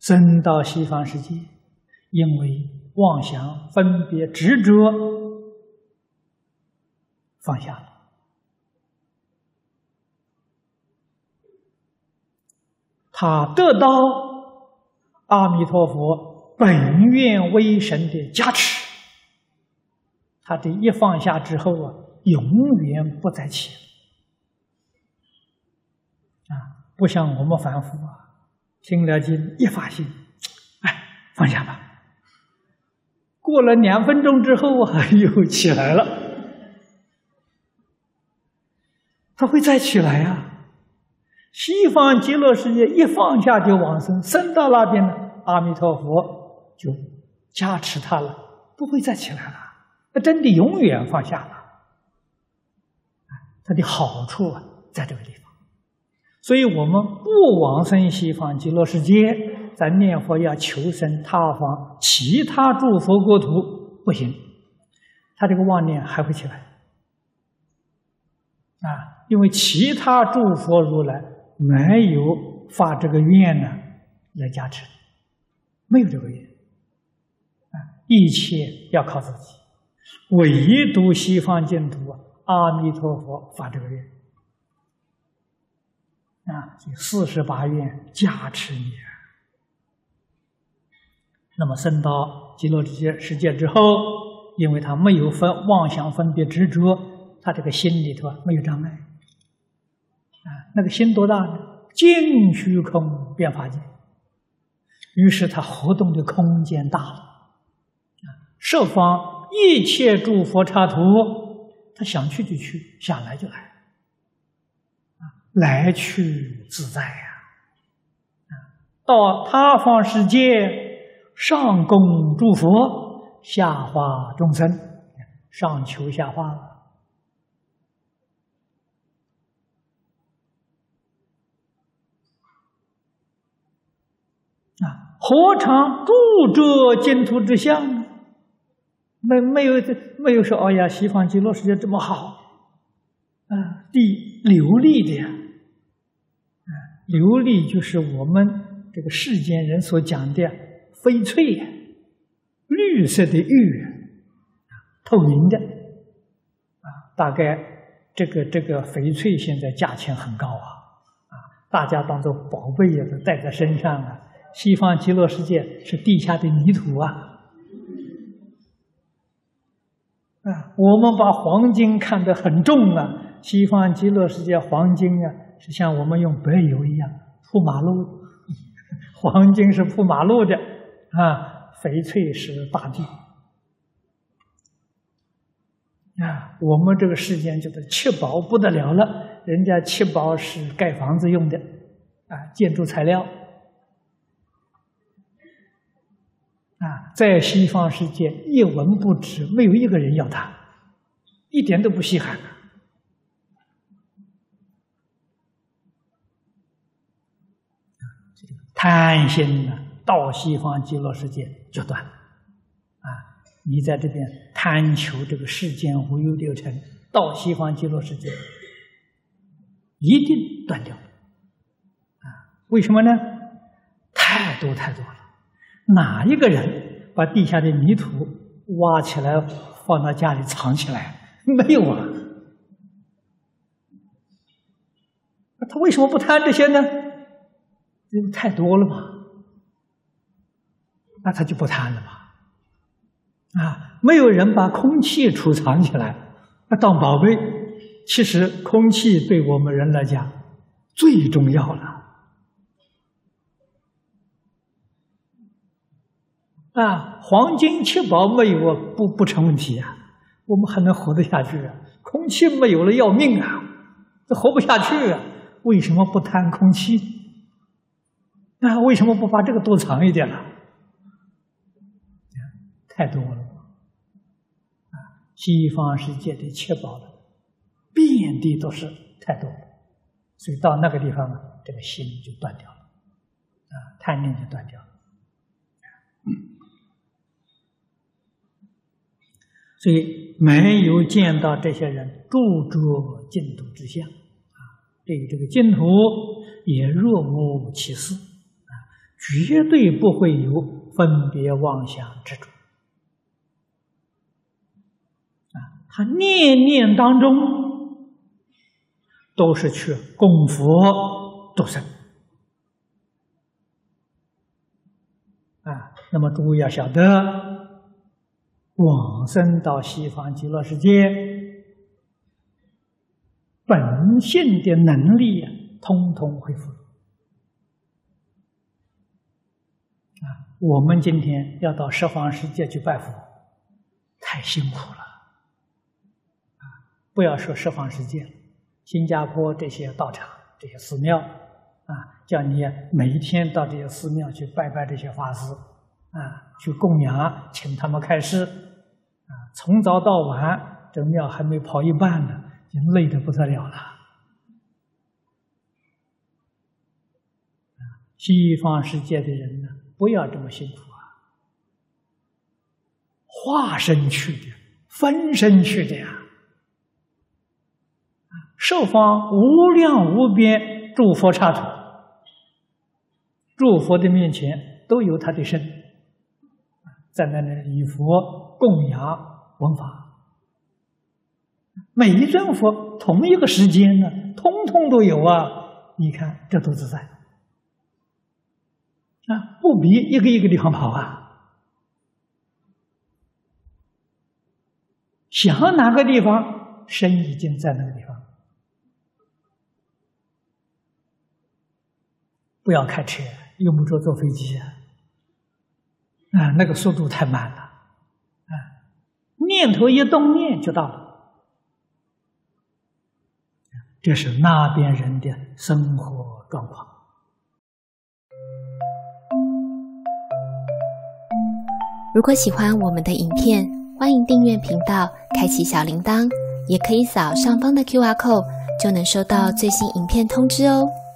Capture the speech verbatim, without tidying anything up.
生到西方世界，因为妄想、分别、执着放下了，他得到阿弥陀佛本愿威神的加持，他这一放下之后啊，永远不再起啊！不像我们凡夫啊，听了经一发心，哎，放下吧。过了两分钟之后啊，又起来了。他会再起来呀、啊。西方极乐世界一放下就往生，生到那边呢，阿弥陀佛就加持他了，不会再起来了。那真的永远放下了。它的好处啊，在这个地方。所以我们不往生西方极乐世界，咱念佛要求生他方其他诸佛国土不行，他这个妄念还会起来啊！因为其他诸佛如来没有发这个愿呢来加持，没有这个愿啊，一切要靠自己，唯独西方净土阿弥陀佛发这个愿啊，所以四十八愿加持你。那么升到极乐世界之后，因为他没有分妄想、分别、执着，他这个心里头没有障碍啊，那个心多大呢？尽虚空遍法界，于是他活动的空间大了啊，设方一切诸佛刹土，他想去就去，想来就来啊，来去自在呀啊！到他方世界，上供诸佛，下化众生，上求下化了。啊，何尝住着净土之相呢？没没有没有说，哎呀，西方极乐世界这么好，啊，地流利的呀，啊，流利就是我们这个世间人所讲的翡翠呀，绿色的玉，啊，透明的，啊，大概这个这个翡翠现在价钱很高啊，啊，大家当做宝贝呀，都带在身上啊。西方极乐世界是地下的泥土啊，啊，我们把黄金看得很重啊，西方极乐世界黄金啊，是像我们用白油一样铺马路，黄金是铺马路的啊，翡翠是大地啊，我们这个世间叫做七宝不得了了，人家七宝是盖房子用的啊，建筑材料。啊，在西方世界一文不值，没有一个人要它，一点都不稀罕。贪心呢，到西方极乐世界就断啊！你在这边贪求这个世间无有六尘，到西方极乐世界一定断掉啊！为什么呢？太多太多了。哪一个人把地下的泥土挖起来放到家里藏起来？没有啊！他为什么不贪这些呢？因为太多了嘛，那他就不贪了嘛。啊，没有人把空气储藏起来，那当宝贝。其实空气对我们人来讲最重要了。啊，黄金七宝没有啊，不不成问题啊，我们还能活得下去啊。空气没有了要命啊，这活不下去啊。为什么不贪空气？啊，为什么不把这个多藏一点呢？太多了啊！西方世界的七宝了，遍地都是，太多了，所以到那个地方啊，这个心就断掉了，啊，贪念就断掉了。所以没有见到这些人住着净土之相啊，对于这个净土也若无其事啊， 绝对不会有分别妄想执着啊！他念念当中都是去供佛度生啊。那么诸位要晓得，往生到西方极乐世界，本性的能力啊，通通恢复。啊，我们今天要到十方世界去拜佛，太辛苦了。啊，不要说十方世界，新加坡这些道场、这些寺庙，啊，叫你每一天到这些寺庙去拜拜这些法师，啊，去供养，请他们开示，啊，从早到晚，这庙还没跑一半呢，已经累得不得了了。啊，西方世界的人呢，不要这么辛苦啊！化身去的，分身去的呀！十方无量无边诸佛刹土，诸佛的面前都有他的身，在那里礼佛供养闻法。每一尊佛同一个时间呢，通通都有啊！你看这都自在。啊，不比一个一个地方跑啊！想哪个地方，身已经在那个地方。不要开车，用不着坐飞机啊！啊，那个速度太慢了，啊，念头一动念就到了。这是那边人的生活状况。 如果喜欢我们的影片，欢迎订阅频道，开启小铃铛，也可以扫上方的 Q R code， 就能收到最新影片通知哦。